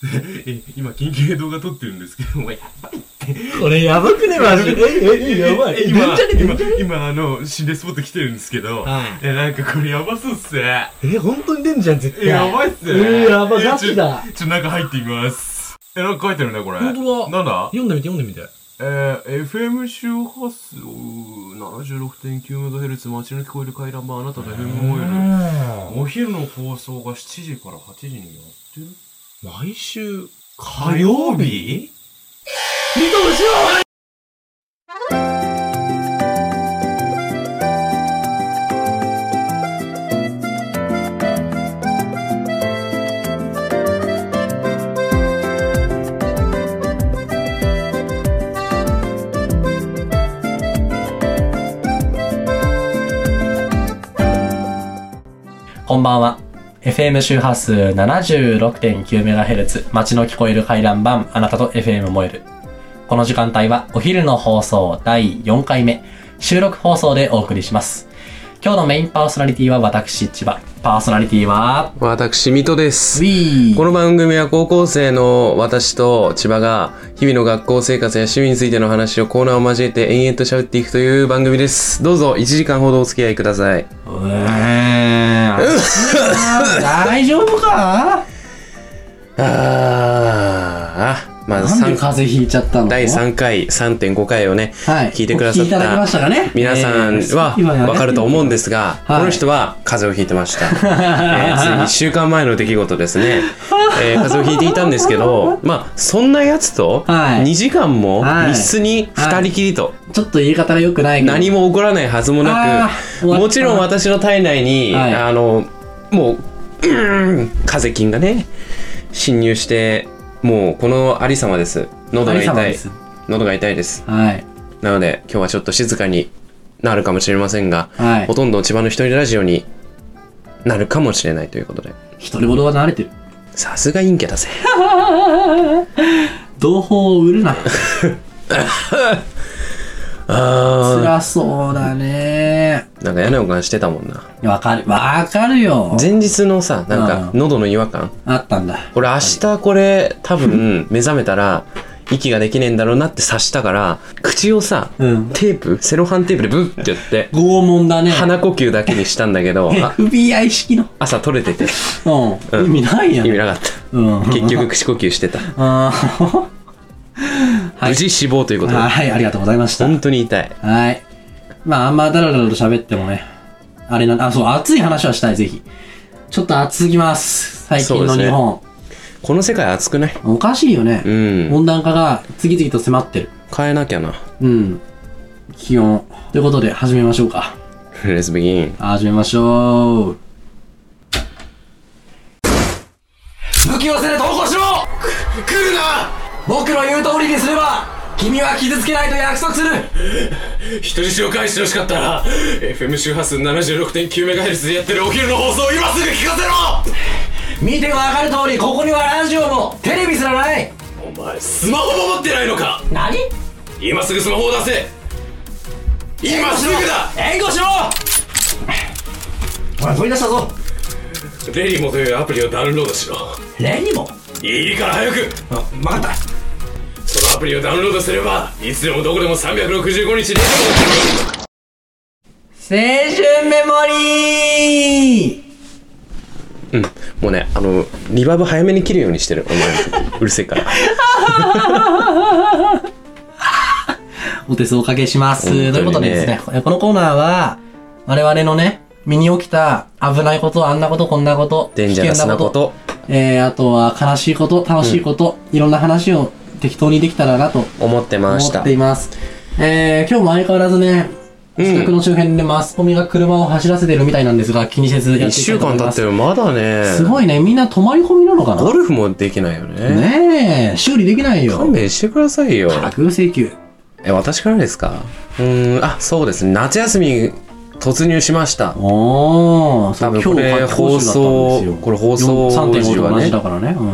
今緊急動画撮ってるんですけど、やばいって。 これやばくねマジで。やばい。 今心霊スポット来てるんですけど、なんかこれやばそうっす。 本当に出んじゃん絶対。 やばいっす。 やばガチだ。 中入ってみます。なんか書いてるねこれ。 本当だ。 なんだ？ 読んでみて。 FM 周波数 76.9MHz 街の聞こえる回覧板あなたと FM 燃える。お昼の放送が7時から8時にやってる？ 毎週火曜日？ 見通しよ。 こんばんは。FM 周波数 76.9MHz 街の聞こえる回覧板あなたと FM 燃える。この時間帯はお昼の放送第4回目収録放送でお送りします。今日のメインパーソナリティは私千葉、パーソナリティは私水戸です。この番組は高校生の私と千葉が日々の学校生活や趣味についての話をコーナーを交えて延々と喋っていくという番組です。どうぞ1時間ほどお付き合いください。 大丈夫か？ まずなんで風邪ひいちゃったの？ 第3回 3.5 回をね、聞いてくださった皆さんは分かると思うんですが、この人は風邪をひいてました。つい1週間前の出来事ですね。風邪をひいていたんですけど、そんなやつと2時間も密室に2人きりと、 ちょっと言い方が良くないけど何も起こらないはずもなく、もちろん私の体内にもう風邪菌がね侵入して、もうこのありさまです。喉が痛いです。なので今日はちょっと静かになるかもしれませんが、ほとんど千葉の一人ラジオになるかもしれないということで。 一人言は慣れてる。 さすが陰キャだぜ。 同胞を売るな。辛そうだね。 なんか嫌な予感してたもんな。 わかるよ。 前日のさ、なんか喉の違和感あったんだ。 これ明日これ多分目覚めたら息ができねえんだろうなって察したから、口をさ、テープ、セロハンテープでブッってやって拷問だね。 鼻呼吸だけにしたんだけど、 FBI 式の朝取れてて、 意味ないやん。 意味なかった。結局口呼吸してた。無事死亡ということで。 はい、ありがとうございました。 本当に痛い。 はい。あんまだらだらと喋ってもね、そう、熱い話はしたい、ぜひ。ちょっと熱すぎます、最近の日本。 この世界熱くない？ おかしいよね。温暖化が次々と迫ってる。 変えなきゃな。 気温。ということで、始めましょうか。 Let's begin。 始めましょう。武器を捨てて投降しろ！来るな！僕の言う通りにすれば君は傷つけないと約束する。 人質を返してほしかったら FM 周波数 76.9MHz でやってるお昼の放送を今すぐ聞かせろ。 見てわかる通りここにはラジオもテレビすらない。 お前スマホも持ってないのか？ 何？ 今すぐスマホを出せ。今すぐだ。 援護しろ。ほら取り出したぞ。 レリモというアプリをダウンロードしろ。 レニモ？ いいから早く。 分かった。 そのアプリをダウンロードすればいつでもどこでも365日で青春メモリー。 もうね、リバーブ早めに切るようにしてる。お前うるせえから。 お手数おかけします。ということでですね、このコーナーは我々のね、身に起きた危ないこと、あんなこと、こんなこと、 デンジャラスなこと、 あとは悲しいこと、楽しいこと、いろんな話を適当にできたらなと思ってました。 思っています。今日も相変わらずね、自宅の周辺でマスコミが車を走らせてるみたいなんですが、気にせずやっていきたいと思います。 1週間経ってる。まだね。 すごいね。みんな泊まり込みなのかな？ ゴルフもできないよね。 ねえ、修理できないよ。 勘弁してくださいよ。 架空請求。 私からですか？そうですね。夏休み突入しました。 多分これ放送時はね。 同じだからね。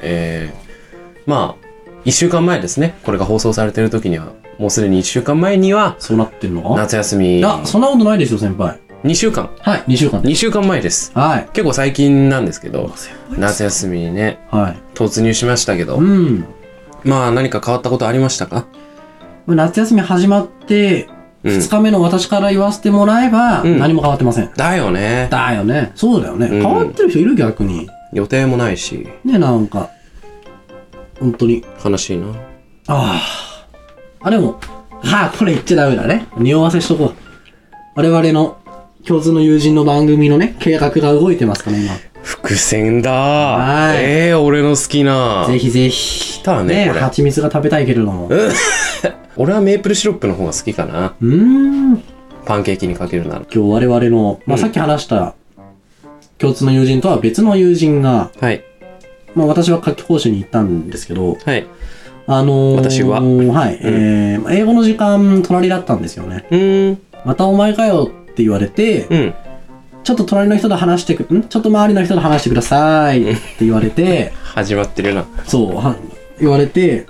1週間前ですね。これが放送されてる時にはもうすでに1週間前にはそうなってるのか？ 夏休み。 そんなことないですよ先輩。 2週間。 はい、2週間。 2週間前です。 はい。 結構最近なんですけど、夏休みにね、 はい。 突入しましたけど、まあ何か変わったことありましたか？ 夏休み始まって、2日目の私から言わせてもらえば、何も変わってません。 だよね。 だよね。そうだよね。変わってる人いる逆に。 予定もないし。 ね、なんか、本当に。 悲しいな。 でも、これ言っちゃダメだね。匂わせしとこう。我々の共通の友人の番組のね、計画が動いてますかね、今。 伏線だはい。 俺の好きな。 ぜひぜひ。 来たね、これ。 蜂蜜が食べたいけれども。 俺はメープルシロップの方が好きかな。パンケーキにかけるなら。 今日我々の、さっき話した共通の友人とは別の友人が、 はい。 私は夏季講習に行ったんですけど、 はい。 私は、はい、英語の時間隣だったんですよね。またお前かよって言われて、ちょっと隣の人と話してちょっと周りの人と話してくださいって言われて、 始まってるな。 そう、言われて、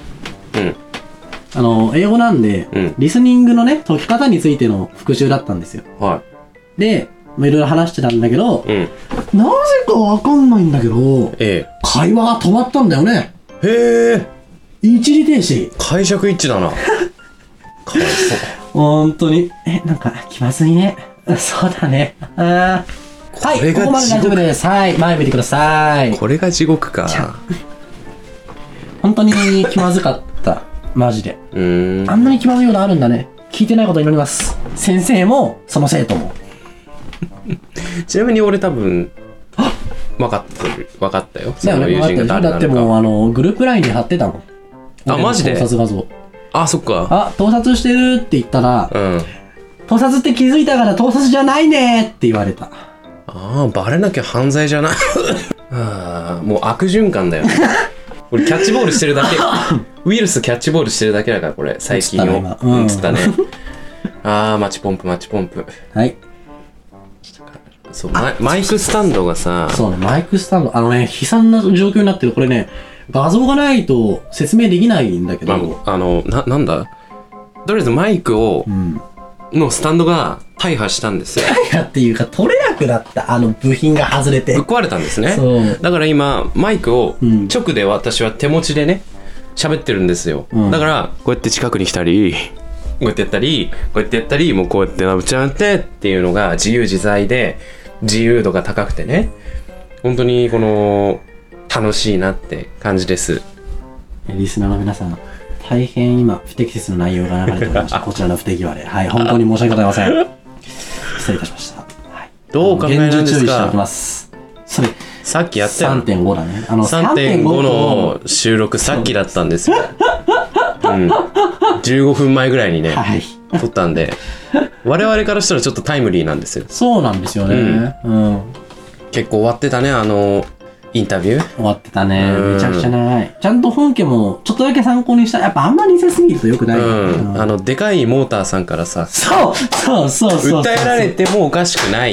英語なんで、リスニングのね、解き方についての復習だったんですよ。 はい。 で、いろいろ話してたんだけど、なぜかわかんないんだけど、会話が止まったんだよね。一時停止。 解釈一致だな。かわいそう。 ほんとに。なんか、気まずいね。そうだね。はい、ここまで大丈夫です。はい、前見てください。 これが地獄か。 本当に気まずかった。マジで。あんなに気まずいことあるんだね。聞いてないことに祈ります。先生も、その生徒も。 ちなみに俺多分、分かったよ。その友人が誰なのか。 だってもう、グループラインに貼ってたの。 マジで？ 盗撮画像。 そっか。 盗撮してるって言ったら、盗撮って気づいたから盗撮じゃないねって言われた。 バレなきゃ犯罪じゃない。もう悪循環だよ。俺キャッチボールしてるだけ。ウイルスキャッチボールしてるだけだから、これ、最近を。つったね。マチポンプ。 はい。 そう、マイクスタンドがさ。 そうね、マイクスタンド。悲惨な状況になってる。これね、画像がないと説明できないんだけど。 なんだとりあえずマイクを、のスタンドが大破したんですよ。 大破っていうか、取れなくなった。部品が外れて。 ぶっ壊れたんですね。 そう。 だから今、マイクを直で私は手持ちでね、喋ってるんですよ。だから、こうやって近くに来たり、こうやってやったり、こうやってやったり、もうこうやってなぶちゃってっていうのが自由自在で、自由度が高くてね、本当に楽しいなって感じです。 リスナーの皆さん、大変今不適切な内容が流れておりました。こちらの不手際で、はい、本当に申し訳ございません。失礼いたしました。はい、 どう考えなんですか？ 厳重注意しておきます。それさっきやったよ。 3.5 だね。 3.5 の収録さっきだったんですよ。15分前ぐらいにね、撮ったんで、我々からしたらちょっとタイムリーなんですよ。 そうなんですよね。 結構終わってたね、インタビュー。 終わってたね。めちゃくちゃ長い。ちゃんと本家もちょっとだけ参考にした。やっぱあんまり似せすぎるとよくない。 でかいモーターさんからさ、 そう訴えられてもおかしくない。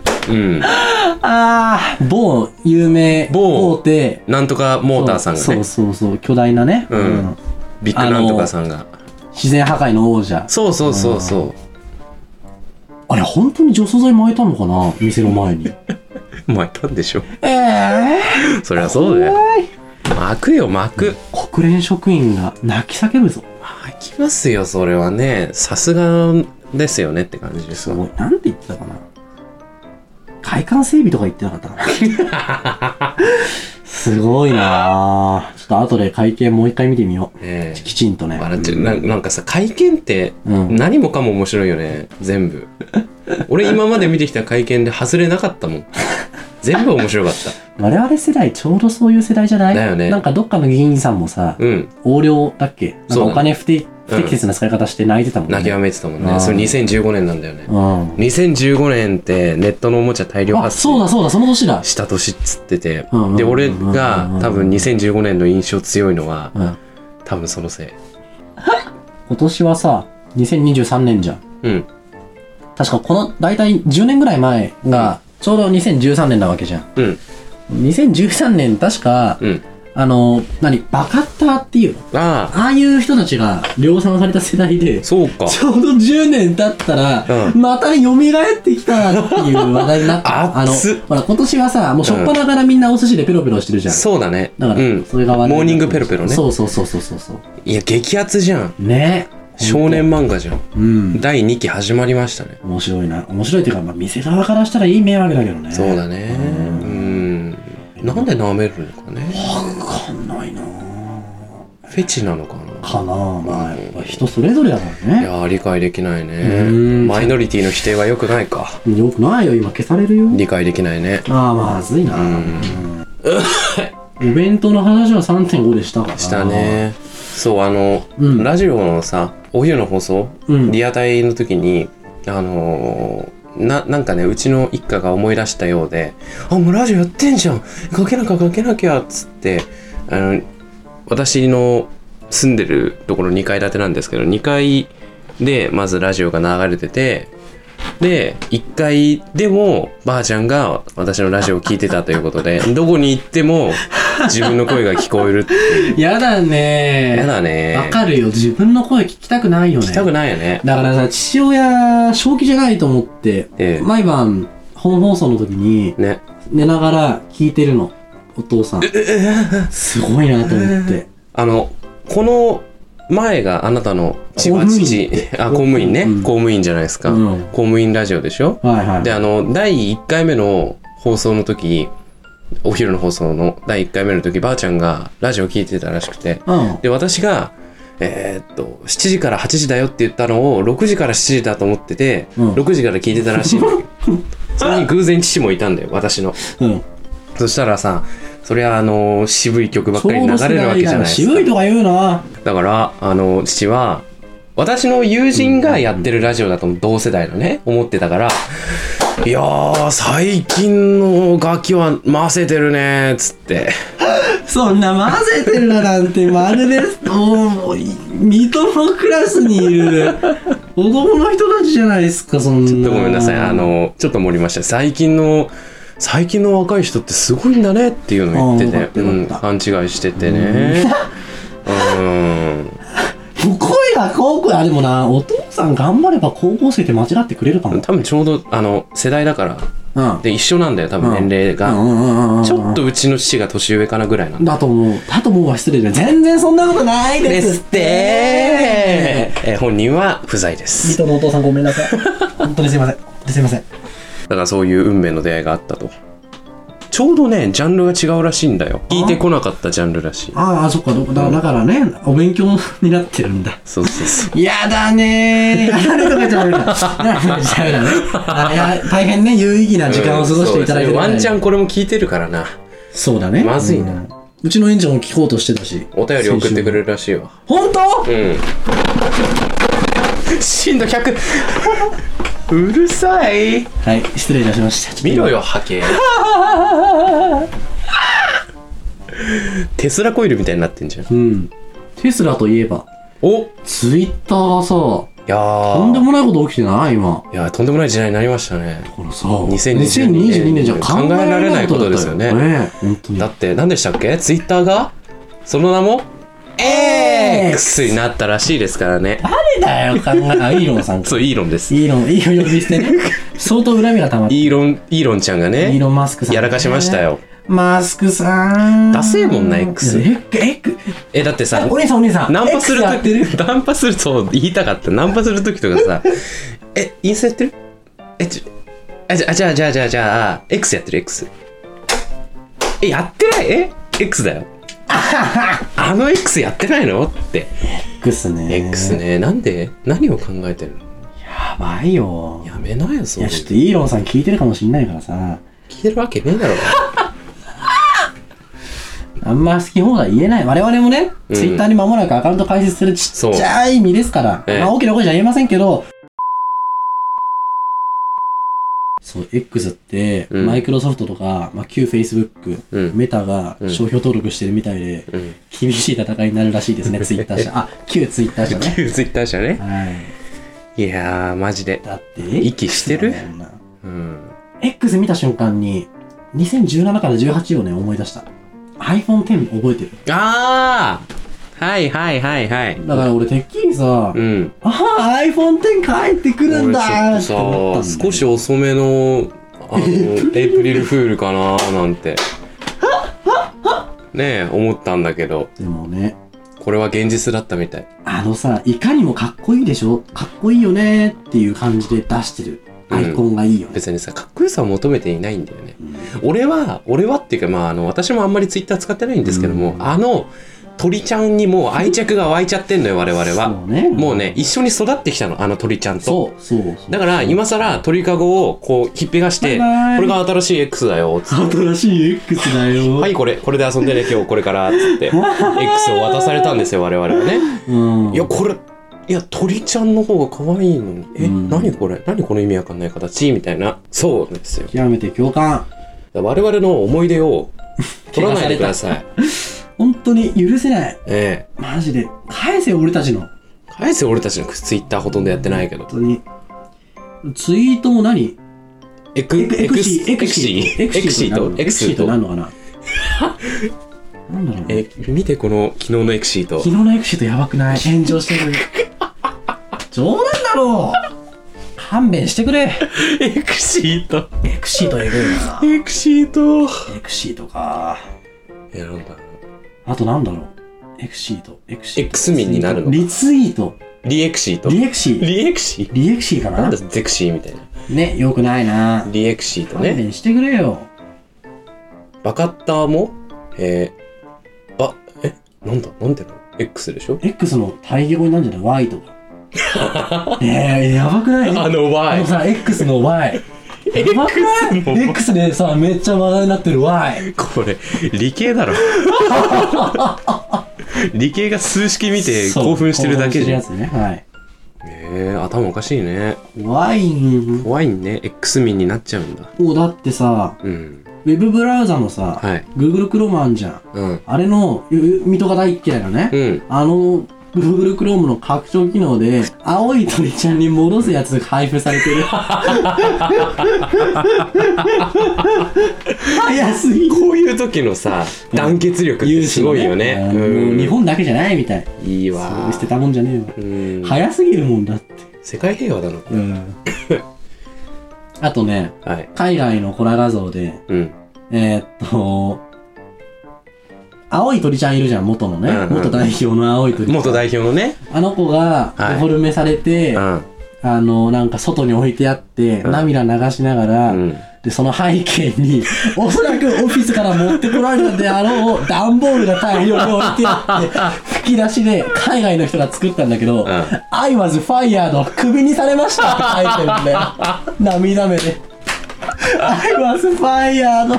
某有名大手なんとかモーターさんがね、 そう巨大なね、 ビッグなんとかさんが自然破壊の王者。 そうあれ本当に除草剤巻いたのかな、店の前に。 巻いたんでしょ。そりゃそうだよ。巻く。 国連職員が泣き叫ぶぞ。 巻きますよ、それはね。さすがですよねって感じですよ。なんて言ってたかな、配管整備とか言ってなかったかな。すごいなぁ。ちょっと後で会見もう一回見てみよう。きちんとね。 なんかさ、会見って何もかも面白いよね、全部。俺今まで見てきた会見で外れなかったもん。全部面白かった。 我々世代ちょうどそういう世代じゃない？ だよね。 なんかどっかの議員さんもさ、横領だっけ？なんかお金不適切な使い方して泣いてたもんね。 泣きわめいてたもんね。それ2015年なんだよね。2015年ってネットのおもちゃ大量発生。 そうだ、その年だ。 した年っつってて。で、俺が多分2015年の印象強いのは、多分そのせい。 今年はさ、2023年じゃん。確かこの大体10年ぐらい前がちょうど2013年なわけじゃん。2013年確か、 バカッターっていうのあああいう人たちが量産された世代で、 そうか。 ちょうど10年経ったら、また蘇ってきたっていう話題になって、ほら、今年はさ、もうしょっぱなからみんなお寿司でペロペロしてるじゃん。 そうだね。 だから、それが話題。 モーニングペロペロね。 そう。 いや、激アツじゃん。 ね。 少年漫画じゃん。第2期始まりましたね。 面白いな。面白いっていうか、店側からしたらいい迷惑だけどね。 そうだね。なんで舐めるのかね。 わかんないな。 フェチなのかな。 まあ、やっぱ人それぞれだからね。 いや、理解できないね。マイノリティの否定は良くないか。 良くないよ、今消されるよ。 理解できないね。 まずいな。お弁当の話は 3.5 でしたから。 したね。そう、ラジオのさ、お昼の放送、リアタイの時に、なんかね、うちの一家が思い出したようで、もうラジオやってんじゃん、かけなきゃっつって、私の住んでるところ2階建てなんですけど、2階でまずラジオが流れてて、で1階でもばあちゃんが私のラジオを聞いてたということで、どこに行っても自分の声が聞こえるっていう。 やだね。わかるよ。自分の声聞きたくないよね。 聞きたくないよね。 だからさ、父親正気じゃないと思って、毎晩本放送の時に寝ながら聞いてるの、お父さん。すごいなと思って。 この前があなたの父、公務員ね、公務員じゃないですか、公務員ラジオでしょ。で第1回目の放送の時、お昼の放送の第1回目の時、ばあちゃんがラジオ聞いてたらしくて、で私が7時から8時だよって言ったのを6時から7時だと思ってて、6時から聞いてたらしいの。それに偶然父もいたんだよ、私の。そしたらさ、そりゃ渋い曲ばっかり流れるわけじゃないですか。 渋いとか言うな。 だから父は私の友人がやってるラジオだと同世代のね思ってたから、いやー最近の楽器は混ぜてるねっつって。 そんな混ぜてるなんてまるでもう水戸のクラスにいる男の人たちじゃないですか。そんな。 ちょっとごめんなさい、ちょっと盛りました。最近の若い人ってすごいんだねっていうのを言ってて、勘違いしててね。 声が高く、でもな、お父さん頑張れば高校生って間違ってくれるかも。 多分ちょうど世代だから、で一緒なんだよ多分年齢が。ちょっとうちの父が年上かなぐらいなんだ。だと思うは失礼で、全然そんなことないですって。 本人は不在です。 水戸のお父さんごめんなさい。本当にすいません。 だからそういう運命の出会いがあったと。ちょうどね、ジャンルが違うらしいんだよ。聞いてこなかったジャンルらしい。 そっか。だからね、お勉強になってるんだ。 そう。 やだねー。やだねとかじゃない。大変ね、有意義な時間を過ごしていただいてる。 ワンチャンこれも聞いてるからな。 そうだね。 まずいな。 うちの園長も聞こうとしてたし。 お便り送ってくれるらしいわ。 本当？ 震度100。うるさい。 はい、失礼いたしました。 見ろよ波形。テスラコイルみたいになってんじゃん。 テスラといえばツイッターがさ、 いやとんでもないこと起きてない今。 いやとんでもない時代になりましたね。 これさ、 2022年じゃ考えられないことですよね。 本当に。 だって何でしたっけ、ツイッターがその名もX になったらしいですからね。 誰だよ、イーロンさん。 そう、イーロンです。 イーロン呼び捨てね。相当恨みがたまって。 イーロンちゃんがね、 イーロンマスクさん、 やらかしましたよ。 マスクさん。 ダセえもんな、X。だってさ、 お兄さん。 ナンパすると言いたかった。ナンパするときとかさ、インスタやってる？じゃあ、X やってる、X。やってない？X だよ。X やってないのって。X ね。なんで？何を考えてるの？ やばいよ。 やめなよ、それ。 いや、ちょっとイーロンさん聞いてるかもしんないからさ。 聞いてるわけねえだろ。 あんま好き放題言えない。我々もね、ツイッターに間もなくアカウント開設するちっちゃい身ですから。大きな声じゃ言えませんけど、そう、X って、マイクロソフトとか、旧 Facebook、メタが商標登録してるみたいで、厳しい戦いになるらしいですね、ツイッター社。旧ツイッター社ね。 旧ツイッター社ね。 はい。 いやー、マジで。 だって、 息してる？ X 見た瞬間に、2017から18をね、思い出した。 iPhone X 覚えてる？ ああ、はいはいはいはい。 だから俺てっきりさ、 うん。 iPhone X 帰ってくるんだーって思ったんだよ。 少し遅めのエイプリルフールかなーなんてねえ思ったんだけど、 でもね、 これは現実だったみたい。 いかにもかっこいいでしょ、かっこいいよねーっていう感じで出してるアイコンがいいよね。 別にさ、かっこよさを求めていないんだよね。俺はっていうか、私もあんまりツイッター使ってないんですけども、鳥ちゃんにもう愛着が湧いちゃってんのよ、我々は。 そうね。 もうね、一緒に育ってきたの、あの鳥ちゃんと。 そう。 だから、今更鳥かごをこう、ひっぺがして、 バイバイこれが新しい X だよ、つって。 新しい X だよ。 はい、これで遊んでね、今日これから、つって。X を渡されたんですよ、我々はね。いや、鳥ちゃんの方が可愛いのに。何これ？何この意味わかんない形みたいな。そうですよ。 極めて共感。 我々の思い出を取らないでください。 本当に許せない。 ええ。 マジで。返せ俺たちの。 ツイッターほとんどやってないけど。 本当に。ツイートも何？エクシートなんのかな？なんだろうね。 見てこの昨日のエクシート。 昨日のエクシートやばくない？炎上してる。冗談だろう。勘弁してくれ。 エクシートえぐいな。 エクシートか。 なんだろう。 あとなんだろう。エクシート X 民になるの。 リツイート。 リエクシーかな。 なんだゼクシーみたいな。 ね、よくないな。 リエクシートね。 勘弁してくれよ。 バカッターもなんていうの X でしょ？ X の対義語になんじゃない？ Y とか。やばくない？ Y。 さ、X の Y。やばくない？ X でさ、めっちゃ話題になってる Y。 これ、理系だろ。理系が数式見て興奮してるだけじゃん。 はい。 頭おかしいね。 ワインね、X 民になっちゃうんだ。 だってさ、 うん。 ウェブブラウザのさ、Google Chrome あんじゃん。 うん。 あれの、水戸が大嫌いなね。 うん。 Google Chrome の拡張機能で、青い鳥ちゃんに戻すやつが配布されてる。早すぎ。 こういう時のさ、団結力ってすごいよね。 日本だけじゃないみたい。 いいわ。 捨てたもんじゃねえわ。早すぎるもんだって。 世界平和だな。 あとね、海外のコラ画像で、青い鳥ちゃんいるじゃん、元のね。元代表の青い鳥ちゃん。 元代表のね。 あの子がデフォルメされて、なんか外に置いてあって、涙流しながら、で、その背景に、おそらくオフィスから持ってこられたであろう段ボールが大量に置いてあって、吹き出しで海外の人が作ったんだけど、I was fired クビにされましたって書いてるんだよ。涙目で。I was fired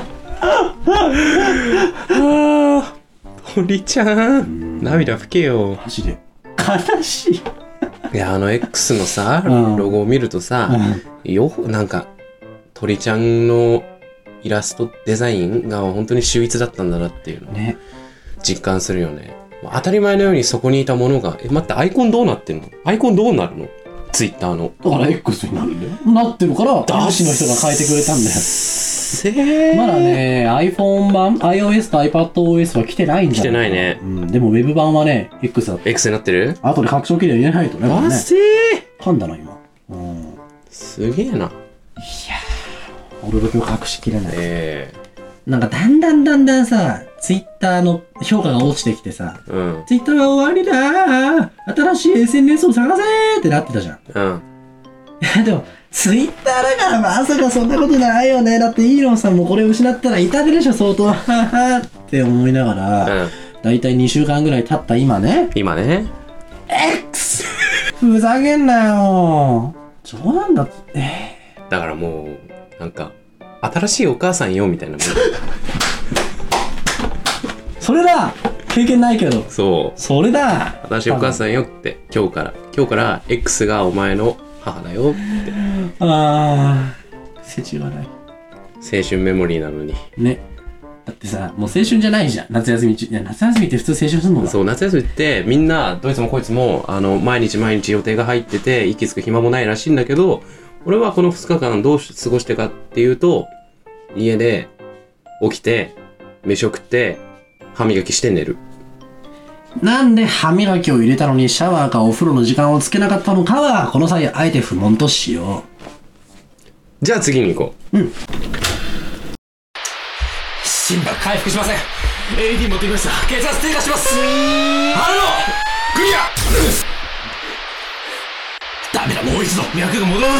鳥ちゃん、涙拭けよ。 マジで。悲しい。 いや、X のさ、ロゴを見るとさ、なんか、鳥ちゃんのイラストデザインが本当に秀逸だったんだなっていうのを実感するよね。当たり前のようにそこにいたものが、待って、アイコンどうなってんの？アイコンどうなるの？ツイッターの。 だから X になるんだよ。なってるから、有志の人が変えてくれたんだよ。まだね、iPhone 版、iOS と iPadOS は来てないんだよ。 来てないね。 でも Web 版はね、X だった。 X になってる？ 後で拡張機能入れないとね。 マジ？ 噛んだな、今。 すげえな。いやー、驚きを隠しきれない。なんかだんだんさ、ツイッターの評価が落ちてきてさ、ツイッターは終わりだー、新しい SNS を探せーってなってたじゃん。でも、ツイッターだからまさかそんなことないよね。だってイーロンさんもこれ失ったら痛手でしょ、相当。ははって思いながら、だいたい2週間ぐらい経った今ね。X! ふざけんなよ。冗談だって。 だからもう、なんか、新しいお母さんよみたいなもん。 それだ！経験ないけど。 そう。 それだ！ 新しいお母さんよって、今日から X がお前の母だよって。 世知がない。 青春メモリーなのに。 ね。だってさ、もう青春じゃないじゃん。夏休み中。いや、夏休みって普通青春するのか。 そう、夏休みってみんな、どいつもこいつも、毎日予定が入ってて、息つく暇もないらしいんだけど、俺はこの2日間どう過ごしてかっていうと、家で起きて、飯を食って、 歯磨きして寝る。 なんで歯磨きを入れたのにシャワーかお風呂の時間をつけなかったのかは、この際あえて不問としよじゃあ次に行こう。 心拍回復しません。 AED 持ってきました。血圧低下します。ハロークリア。ダメだ、もう一度脈が戻らない。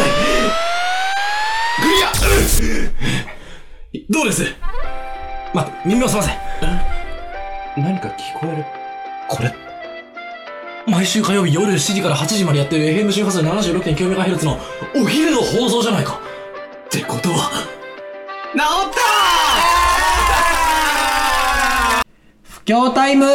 クリア。どうです？待って、耳を澄ませ。何か聞こえる。これ毎週火曜日夜7時から8時までやってる FM 周波数 76.9MHz のお昼の放送じゃないか。ってことは治ったー。 不況タイム。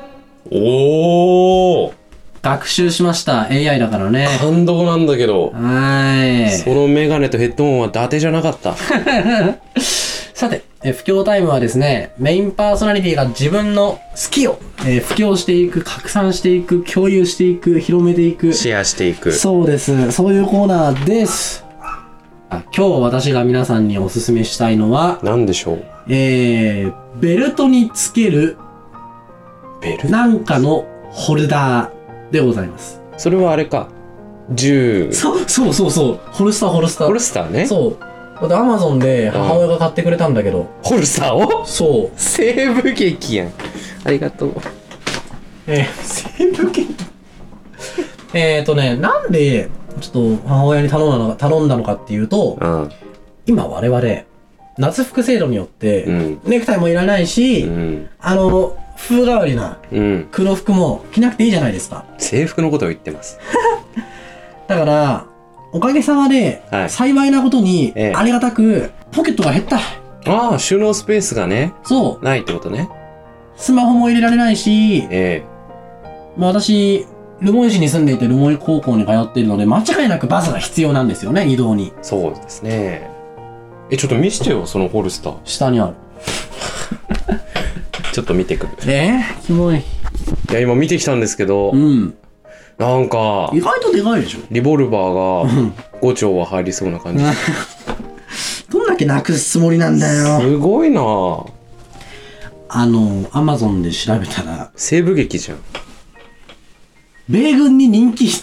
おー、 学習しました。 AI だからね。 感動なんだけど。そのメガネとヘッドホンは伊達じゃなかった。 さて、不況タイムはですね、メインパーソナリティが自分の好きを、布教していく、拡散していく、共有していく、広めていく。 シェアしていく。 そうです。そういうコーナーです。今日私が皆さんにおすすめしたいのは、 何でしょう。 ベルトにつける、なんかのホルダーでございます。 それはあれか。銃。 そう。ホルスター。 ホルスターね。 そう。だって Amazon で母親が買ってくれたんだけど。 ホルスターを？ そう。 西部劇やん。ありがとう。 西部劇なんで、ちょっと母親に頼んだのかっていうと、今我々、夏服制度によって、ネクタイもいらないし、風変わりな黒服も着なくていいじゃないですか。 制服のことを言ってます。 だから、おかげさまで、幸いなことに、ありがたく、ポケットが減った。 ああ、収納スペースがね。 そう。 ないってことね。 スマホも入れられないし、まあ私、留萌市に住んでいて留萌高校に通っているので、間違いなくバスが必要なんですよね、移動に。 そうですね。ちょっと見せてよ、そのホルスター。 下にある。 ちょっと見てくる。 キモい。 いや、今見てきたんですけど、なんか、 意外とでかいでしょ。 リボルバーが5丁は入りそうな感じ。 どんだけなくすつもりなんだよ。 すごいなぁ。 Amazon で調べたら、 西部劇じゃん。 米軍に人気。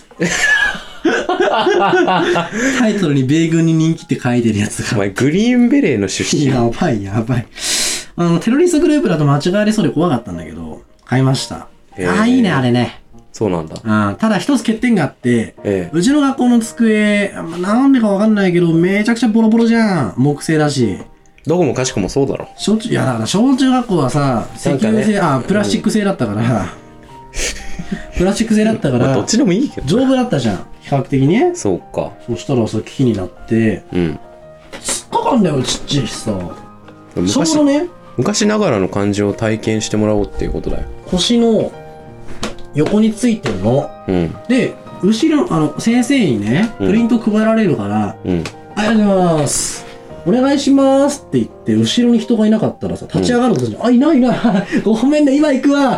タイトルに米軍に人気って書いてるやつが。 お前、グリーンベレーの出身。 やばい。テロリストグループだと間違われそうで怖かったんだけど、買いました。いいね、あれね。 そうなんだ。 ただ一つ欠点があって、うちの学校の机、なんでかわかんないけど、めちゃくちゃボロボロじゃん。木製だし。 どこもかしこもそうだろ。 いや、だから小中学校はさ、石油製、プラスチック製だったから、プラスチック製だったから、 どっちでもいいけど。 丈夫だったじゃん。比較的にね。 そうか。 そしたらさ、危機になって、すっかかんだよ、ちっちゃいしさ。ちょうどね、 昔ながらの感じを体験してもらおうっていうことだよ。 腰の横についてるの。で、後ろ、先生にね、プリント配られるから、ありがとうございます。お願いしますって言って、後ろに人がいなかったらさ、立ち上がることじゃん。いない。ごめんね、今行くわ。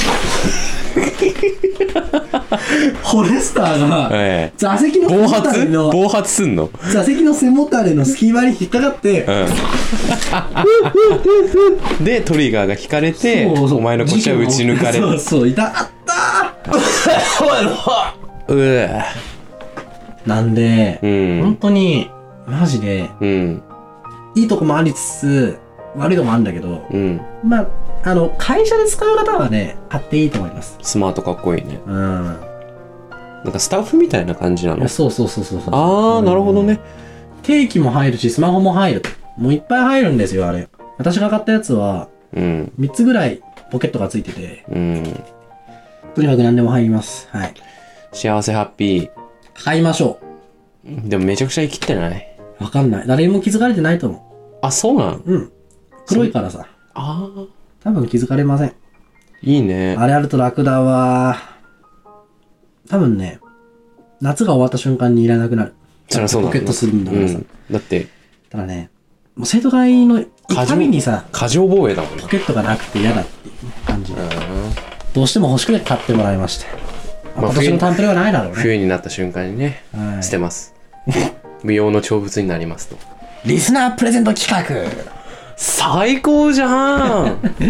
ホレスターが、座席の背もたれの、 暴発すんの？ 座席の背もたれの隙間に引っかかって、 で、トリガーが引かれて、お前の腰は打ち抜かれる。 そう、痛かったなんで、本当に、マジで、いいとこもありつつ、悪いとこもあるんだけど、まあ、会社で使う方はね、買っていいと思います。 スマートかっこいいね。なんかスタッフみたいな感じなの？ そう。 あー、なるほどね。 定期も入るし、スマホも入る。もういっぱい入るんですよ、あれ。私が買ったやつは、3つぐらいポケットがついてて、とにかく何でも入ります。はい。 幸せハッピー。 買いましょう。でもめちゃくちゃ生きてない？ わかんない。誰にも気づかれてないと思う。 あ、そうなの？ 黒いからさ。多分気づかれません。 いいね。 あれあると楽だわ。多分ね、夏が終わった瞬間にいらなくなる。 そりゃそうだ。 ポケットするんだからさ。 だって、 ただね、もう生徒会のたびにさ、 過剰防衛だもんね。 ポケットがなくて嫌だっていう感じで。どうしても欲しくて買ってもらいました。今年のタンプレはないだろうね。 冬になった瞬間にね、捨てます。無用の長物になりますと。 リスナープレゼント企画最高じゃん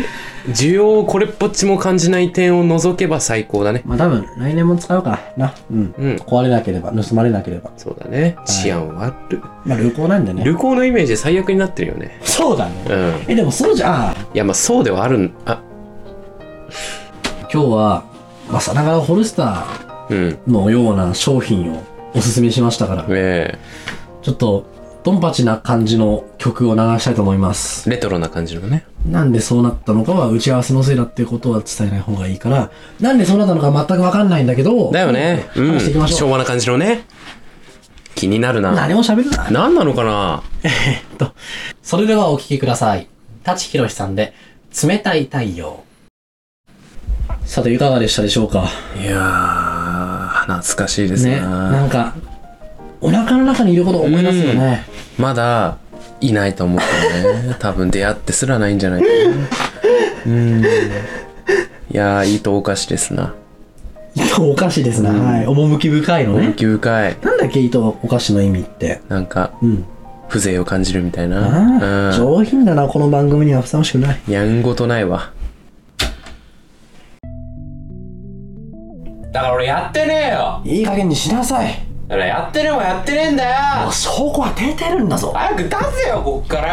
需要をこれっぽっちも感じない点を除けば最高だね。 まあ多分来年も使うからな。うん。壊れなければ、盗まれなければ。 そうだね。治安悪い。 まあ旅行なんでね。 旅行のイメージで最悪になってるよね。 そうだね。でもそうじゃん。 いや、まあそうではある今日は、まあさながらホルスターのような商品をおすすめしましたから。ちょっと、ドンパチな感じの曲を流したいと思います。 レトロな感じのね。 なんでそうなったのかは打ち合わせのせいだっていうことは伝えない方がいいから、なんでそうなったのか全くわかんないんだけど。 だよね。 話していきましょう。 昭和な感じのね。気になるな。 何も喋るな。 何なのかな。 それではお聴きください。舘ひろしさんで、冷たい太陽。 さて、いかがでしたでしょうか。 いやー、懐かしいですね。 なんか、お腹の中にいることを思い出すよね。 まだいないと思うけどね。多分出会ってすらないんじゃないかな。いやー、糸お菓子ですな。 糸お菓子ですな。はい。趣深いのね。 趣深い。 なんだっけ、糸お菓子の意味って。 なんか、風情を感じるみたいな。 上品だな、この番組にはふさわしくない。 やんごとないわ。だから俺やってねえよ。 いい加減にしなさい。 だからやってねえもやってねえんだよ。 もう証拠は出てるんだぞ。 早く出せよ、こっから。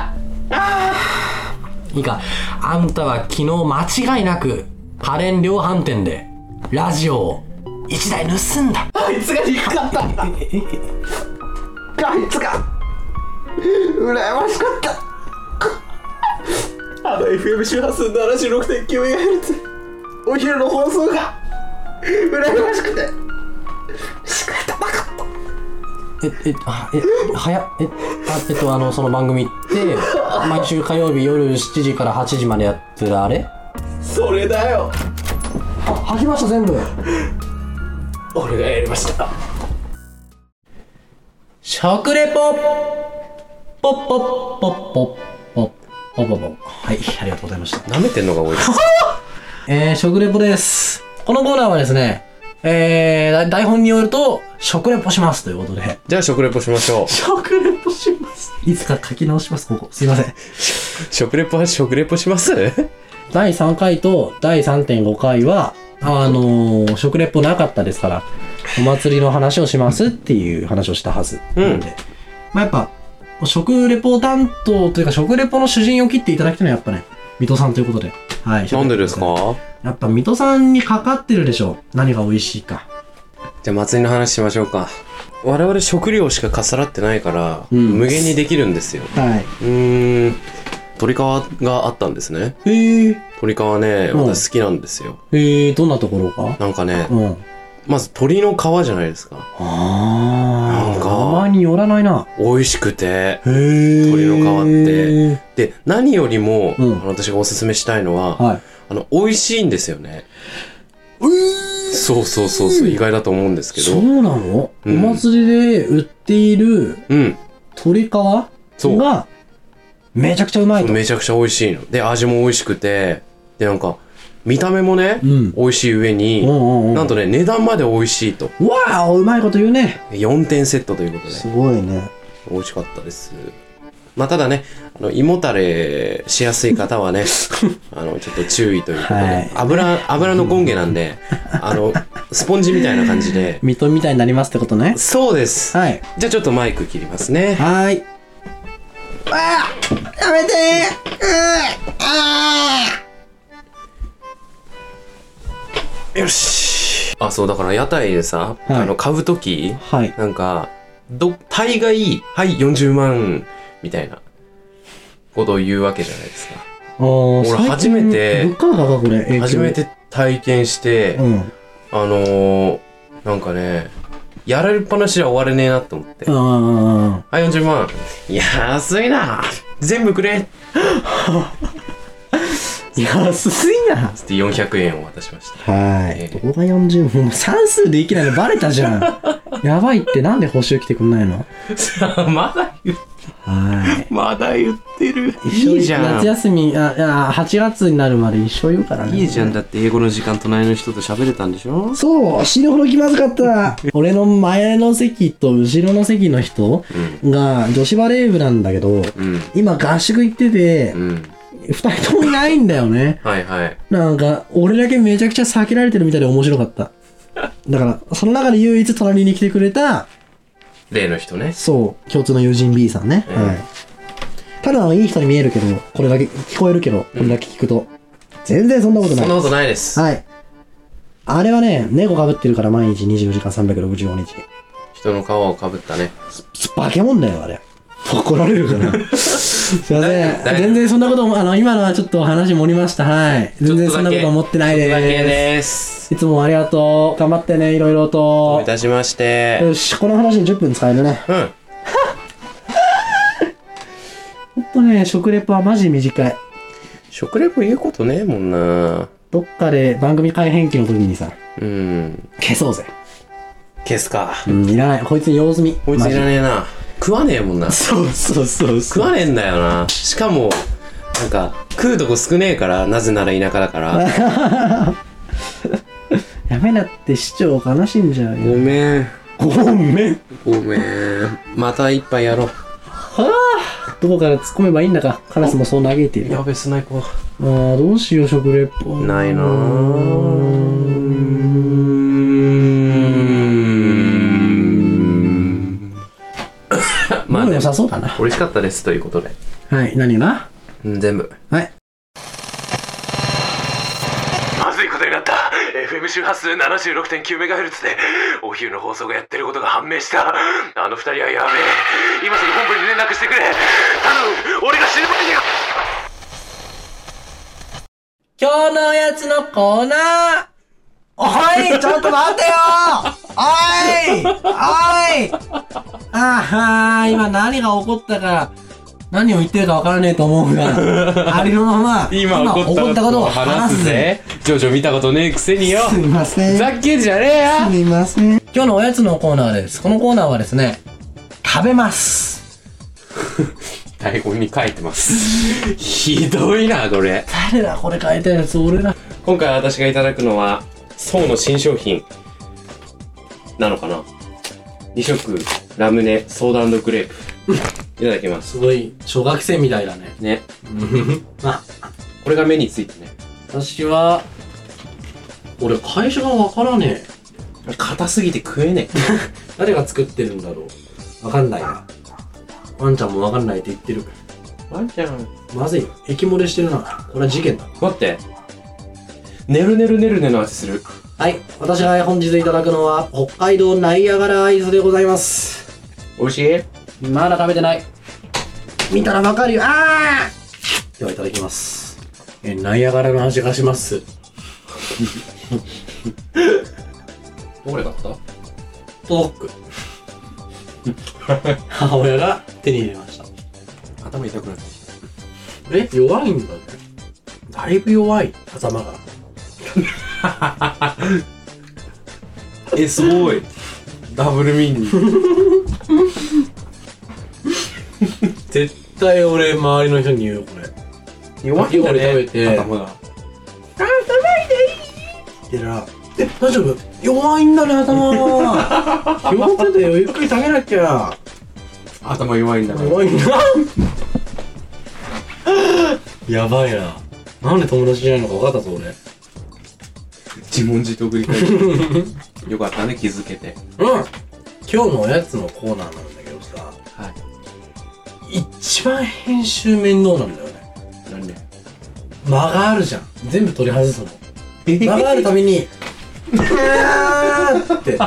いいか、あんたは昨日間違いなく家電量販店でラジオを1台盗んだ。あいつが憎かった。あいつが羨ましかった。FM 周波数 76.9MHz お昼の放送が羨ましくて仕方なかった。早っ。その番組って毎週火曜日夜7時から8時までやってるあれ？それだよ。吐きました、全部。俺がやりました。食レポポッポッポッポッポッポッポッ。はい、ありがとうございました。 舐めてんのが多いです。食レポです。このコーナーはですね、台本によると食レポしますということで。 じゃあ食レポしましょう。 食レポします。いつか書き直します、ここ。すいません。 食レポします第3回と第 3.5 回は、食レポなかったですから、お祭りの話をしますっていう話をしたはず。なんで。まあ、やっぱ、食レポ担当というか、食レポの主人を切っていただきたいのはやっぱね、水戸さんということで。はい。 なんでですか？ やっぱ水戸さんにかかってるでしょ。何が美味しいか。 じゃあ祭りの話しましょうか。我々食料しかかさらってないから、無限にできるんですよ。 はい。 鶏皮があったんですね。鶏皮ね、私好きなんですよ。 どんなところか？ なんかね、まず鶏の皮じゃないですか。 なんか名前によらないな。 美味しくて、鶏の皮って。で、何よりも、私がおすすめしたいのは、美味しいんですよね。そう、意外だと思うんですけど。 そうなの？お祭りで売っている鶏皮がめちゃくちゃうまいと。 めちゃくちゃ美味しいの。で、味も美味しくて、で、なんか、見た目もね、美味しい上に、なんとね、値段まで美味しいと。 うわー、うまいこと言うね。 4点セットということで。 すごいね。 美味しかったです。まあ、ただね、胃もたれしやすい方はね、ちょっと注意ということで、油の権下なんで、スポンジみたいな感じで。 水戸みたいになりますってことね。 そうです。 はい。 じゃあちょっとマイク切りますね。 はい。やめてよし。そう、だから屋台でさ、買うとき、なんか、大概、はい、40万、みたいなことを言うわけじゃないですか。俺初めて体験して、なんかね、やられっぱなしは終われねえなって思って。はい、40万。安いな。全部くれ。 安いな。 つって400円を渡しました。 はい。どこが40もう算数でいきなりバレたじゃん。やばいって、なんで報酬来てくんないの？ まだ言って。まだ言ってる。 いいじゃん。夏休み、8月になるまで一生言うからね。 いいじゃん。だって英語の時間隣の人と喋れたんでしょ？ そう、死ぬほど気まずかった。俺の前の席と後ろの席の人が女子バレー部なんだけど、今合宿行ってて、 二人ともいないんだよね。 はいはい。 なんか、俺だけめちゃくちゃ避けられてるみたいで面白かった。だから、その中で唯一隣に来てくれた、 例の人ね。 そう、共通の友人 B さんね。はい。ただいい人に見えるけど、これだけ聞こえるけど、これだけ聞くと。全然そんなことない。 そんなことないです。 はい。あれはね、猫被ってるから毎日24時間365日。 人の皮を被ったね。 化け物だよ、あれ。怒られるから。すいません。全然そんなことも、今のはちょっと話盛りました。はい。全然そんなこと思ってないです。 ちょっとだけです。 いつもありがとう。頑張ってね、いろいろと。 どういたしまして。 よし、この話に10分使えるね。 うん。 ほんとね、食レポはマジ短い。 食レポ言うことねえもんな。 どっかで番組改編期の時にさ、消そうぜ。 消すか。 いらない。こいつに用済み。 こいついらねえな。食わねえもんな。 そうそうそう。 食わねえんだよな。しかも、なんか、食うとこ少ねえから、なぜなら田舎だから。 やめなって市長悲しんじゃうよ。 ごめん。 ごめん。 ごめん。また一杯やろう。 はあ、どこから突っ込めばいいんだか。カラスもそう嘆いている。 やべ、スナイパー。 ああ、どうしよう、食レポ。 ないなまあ、良さそうだな。 美味しかったですということで。 はい、何が？ 全部。 はい。 まずいことになった。FM 周波数 76.9MHz でお昼の放送がやってることが判明した。あの二人はやべえ。今すぐ本部に連絡してくれ。頼む、俺が死ぬ前に。 今日のおやつのコーナー。おい、ちょっと待ってよ。おい、今何が起こったか、何を言ってるか分からねえと思うが、ありのまま、 今起こったことを話すぜ。ジョジョ見たことねえくせによ。 すみません。 ざっけんじゃねえよ。 すみません。今日のおやつのコーナーです。このコーナーはですね、食べます。 台本に書いてます。ひどいな、これ。 誰だ、これ書いたやつ、俺だ。 今回私がいただくのは、宋の新商品なのかな。2色ラムネソーダ&グレープいただきます。 すごい小学生みたいだね。 ね。これが目についてね。 私は俺会社がわからねえ。硬すぎて食えねえ。 誰が作ってるんだろう。わかんないな。ワンちゃんもわかんないって言ってる。 ワンちゃんまずいよ。液漏れしてるな。これは事件だ。 待って。ねるねるねるねの味する。 はい。私が本日いただくのは北海道ナイアガラアイスでございます。 美味しい？ まだ食べてない。見たらわかるよ。ではいただきます。ナイアガラの味がします。 どれだった？ トーク。母親が手に入れました。 頭痛くなってきた。 弱いんだね。だいぶ弱い、頭が。 すごい。ダブルミーニング。 絶対俺、周りの人に言うよ、これ。 弱いんだね。 食べて、 頭が。 食べないでいいって言ったら、大丈夫？弱いんだね、頭が。弱ってたよ、ゆっくり食べなきゃ。 頭弱いんだね。 弱いんだ。やばいな。なんで友達じゃないのか分かったぞ、俺。 自問自答繰り返してよかったね、気づけて。 今日のおやつのコーナーなんだけどさ、 はい。 一番編集面倒なんだよね。 なんで？ 間があるじゃん。全部取り外すの。間があるたびに、って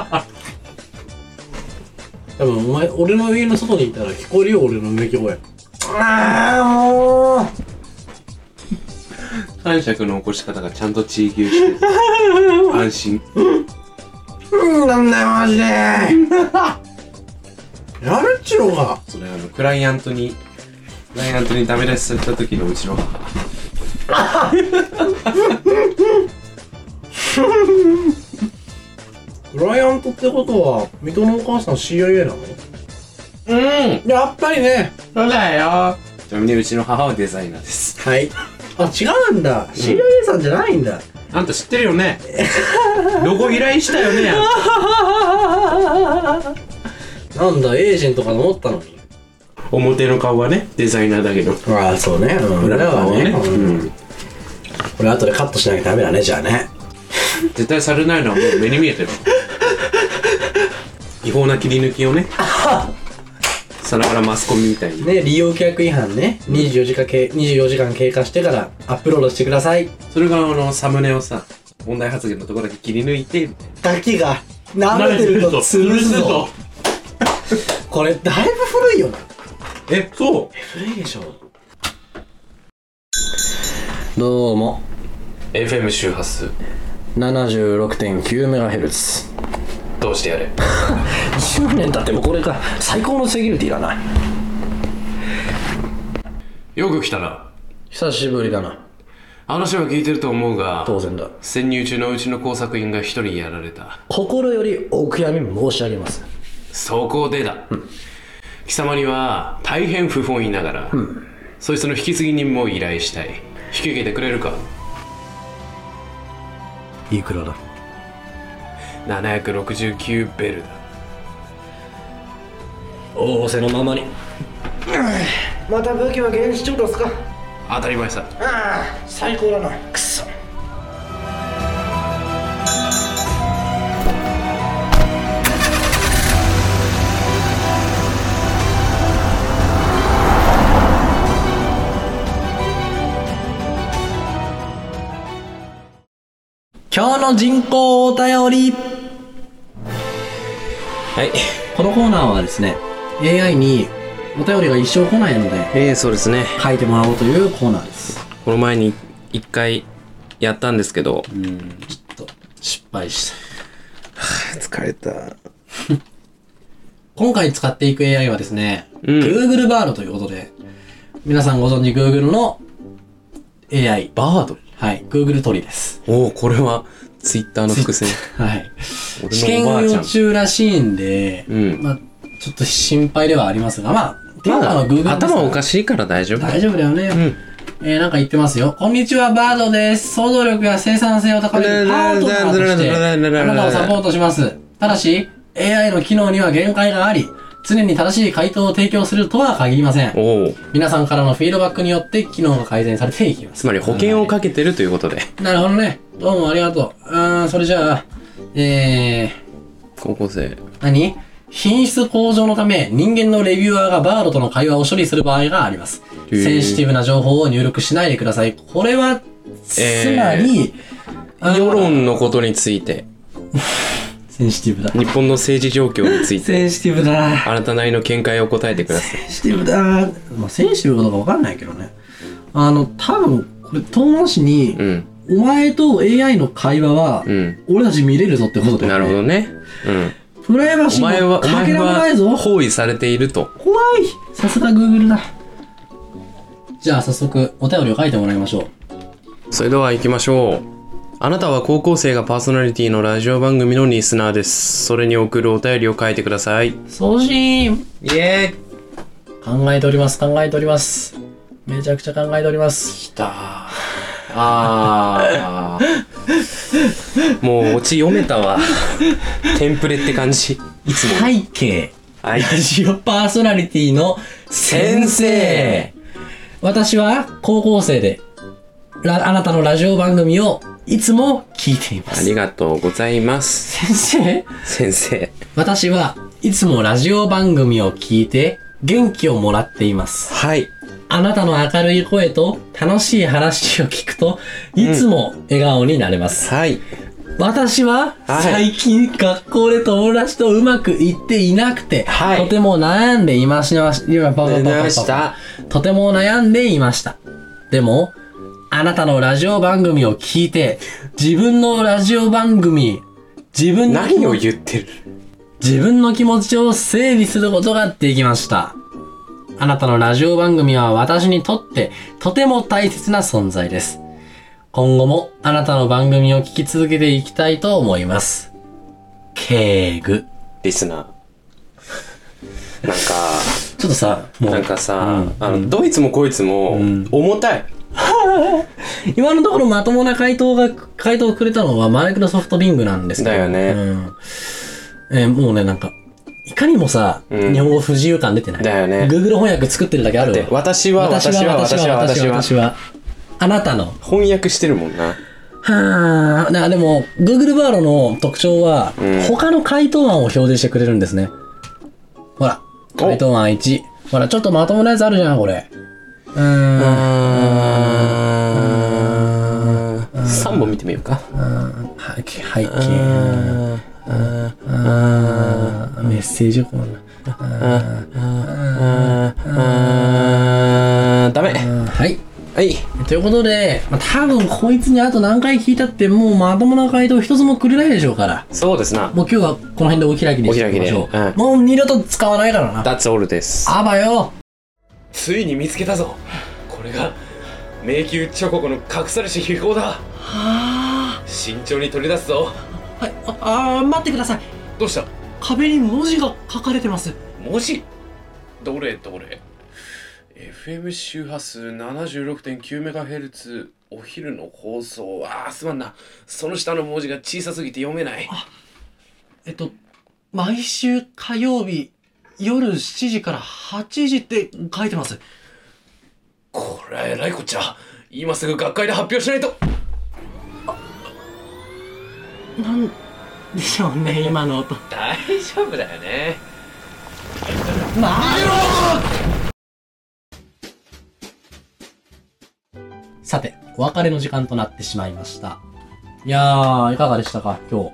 多分お前、俺の家の外にいたら聞こえるよ、俺のうめき声。もう感触の起こし方がちゃんと地域して安心。 なんだよマジで。やるっちゅうのか。 それクライアントにダメ出しされた時のうちの母。 クライアントってことは水戸のお母さん CIA なの？やっぱりね。 そうだよ。ちなみにうちの母はデザイナーです。 はい。あ、違うんだ。CIA さんじゃないんだ。 あんた知ってるよね。ロゴ依頼したよね。 なんだ、エージェントかと思ったのに。 表の顔はねデザイナーだけどああ、そうね。裏側はね。これ後でカットしなきゃダメだね、じゃあね。 絶対されないのはもう目に見えてる違法な切り抜きをねさながらマスコミみたいにね、利用規約違反ね。24時間経過してからアップロードしてください。 それがサムネをさ問題発言のところだけ切り抜いてみたいなガキが舐めてると潰すぞ。これだいぶ古いよな。 そう古いでしょ。どうも FM 周波数 76.9MHz。 どうしてやれ 10年経ってもこれが最高のセキュリティだな。 よく来たな。 久しぶりだな。 話は聞いてると思うが、 当然だ。 潜入中のうちの工作員が一人やられた。 心よりお悔やみ申し上げます。 そこでだ、貴様には大変不本意ながら、そいつの引き継ぎ人も依頼したい。引き受けてくれるか。 いくらだ。 769ベルだ。 仰せのままに。また武器は原始調達か。 当たり前さ。 ああ、最高だな。くそ。今日の人口お便り。 はい。 このコーナーはですね、AI にお便りが一生来ないので、 そうですね。 書いてもらおうというコーナーです。 この前に一回やったんですけど、 ちょっと失敗した。 疲れた。 今回使っていく AI はですね、Google バードということで、皆さんご存知 Google の AI。 バード？ はい、Google 鳥です。 おお、これは Twitter の伏線。 はい。 俺試験のおばあちゃん運用中らしいんで、まあちょっと心配ではありますが、まあ、テーマの Google です。 頭おかしいから大丈夫。 大丈夫だよね。なんか言ってますよ。こんにちは、バードです。想像力や生産性を高めるパートナーとして、あなたをサポートします。ただし、AI の機能には限界があり、常に正しい回答を提供するとは限りません。皆さんからのフィードバックによって機能が改善されていきます。 つまり保険をかけてるということで。 なるほどね。どうもありがとう。それじゃあ、 高校生。 何？品質向上のため、人間のレビュアーがバードとの会話を処理する場合があります。センシティブな情報を入力しないでください。これは、つまり、 世論のことについて。 センシティブだ。 日本の政治状況について。 センシティブだ。 あなたなりの見解を答えてください。 センシティブだ。まあ、センシティブかどうかわかんないけどね。多分、これ、遠回しに、お前と AI の会話は、俺たち見れるぞってことだよね。 なるほどね。 プライバシーのかけらもないぞ。 包囲されていると。 怖い。さすが Google だ。じゃあ早速お便りを書いてもらいましょう。それでは行きましょう。あなたは高校生がパーソナリティのラジオ番組のリスナーです。それに送るお便りを書いてください。 送信。 イエーイ。考えております。めちゃくちゃ考えております。 きたもうオチ読めたわ。テンプレって感じ。いつも。 背景。ラジオパーソナリティの先生。私は高校生で、あなたのラジオ番組をいつも聞いています。 ありがとうございます。先生。 私はいつもラジオ番組を聞いて元気をもらっています。 はい。 あなたの明るい声と楽しい話を聞くといつも笑顔になれます。 はい。 私は最近学校で友達とうまくいっていなくて、とても悩んでいました。とても悩んでいました。でも、あなたのラジオ番組を聞いて、自分のラジオ番組、 何を言ってる？ 自分の気持ちを整理することができました。あなたのラジオ番組は私にとってとても大切な存在です。今後もあなたの番組を聞き続けていきたいと思います。ケーグ。 リスナー。なんか、 ちょっとさ、 なんかさ、どいつもこいつも、重たい。 今のところまともな回答をくれたのはマイクロソフトビングなんですけど。 だよね。 もうね、なんか、 いかにもさ、日本語不自由感出てない？ だよね。 Google 翻訳作ってるだけあるわ。 私は。 あなたの。 翻訳してるもんな。 はあ、でも、Google バードの特徴は、他の回答案を表示してくれるんですね。ほら、回答案1。ほら、ちょっとまともなやつあるじゃん、これ。 3本見てみようか。 背景。メッセージコーナー。ダメ。 はい。 はい。 ということで、多分こいつにあと何回聞いたってもうまともな回答一つもくれないでしょうから。 そうですな。 もう今日はこの辺でお開きにしておきましょう。 うん、 もう二度と使わないからな。 That's all です。 あばよ。 ついに見つけたぞ。これが迷宮チョココの隠されし秘宝だ。はあ。慎重に取り出すぞ。 はい。待ってください。 どうした？ 壁に文字が書かれてます。 文字？どれ？FM 周波数 76.9MHz お昼の放送。すまんな。その下の文字が小さすぎて読めない。 毎週火曜日夜7時から8時って書いてます。 これはえらいこっちゃ。今すぐ学会で発表しないと。 なんでしょうね、今の音。 大丈夫だよね。 逃げろ！さて、お別れの時間となってしまいました。いやー、いかがでしたか、今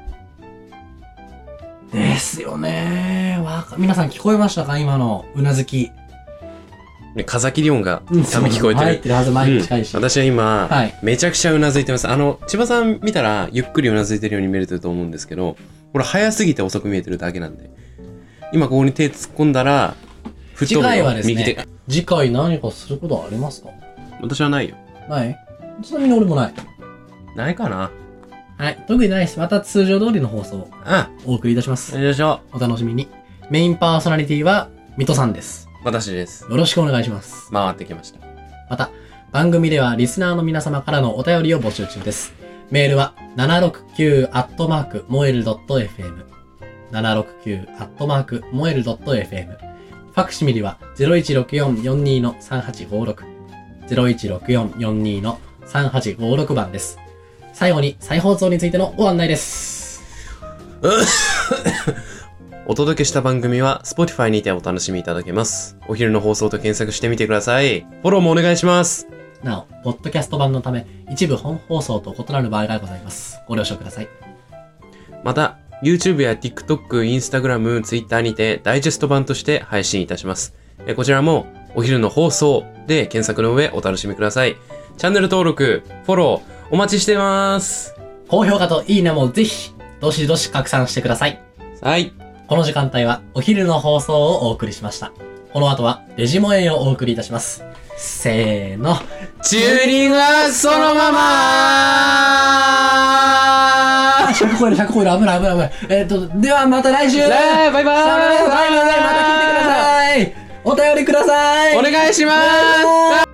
日。ですよねー。皆さん聞こえましたか、今のうなずき。 風切り音が多分聞こえてる。 入ってるはず、マイク近いし。 私は今、めちゃくちゃうなずいてます。千葉さん見たら、ゆっくりうなずいてるように見えると思うんですけど、これ早すぎて遅く見えてるだけなんで。今ここに手突っ込んだら、 次回はですね、次回何かすることはありますか？ 私はないよ。 ない？ちなみに俺もない。 ないかな？ はい。特にないです。また通常通りの放送をお送りいたします。 よいしょ。 お楽しみに。メインパーソナリティは、水戸さんです。 私です。 よろしくお願いします。 回ってきました。 また、番組ではリスナーの皆様からのお便りを募集中です。メールは、769@moel.fm。769@moel.fm。ファクシミリは、0164-42-3856。0164-42-3856番です。最後に、再放送についてのご案内です。 お届けした番組は Spotify にてお楽しみいただけます。お昼の放送と検索してみてください。フォローもお願いします。 なお、ポッドキャスト版のため、一部本放送と異なる場合がございます。ご了承ください。 また、YouTube や TikTok、Instagram、Twitter にてダイジェスト版として配信いたします。こちらもお昼の放送で検索の上お楽しみください。チャンネル登録、フォローお待ちしてます。 高評価といいねもぜひ、どしどし拡散してください。 はい。 この時間帯はお昼の放送をお送りしました。この後はデジモエンをお送りいたします。せーの。 チューニングはそのまま 100超える、100超える、危ない。ではまた来週。 バイバイ。 また聞いてください。お便りください。 お願いします。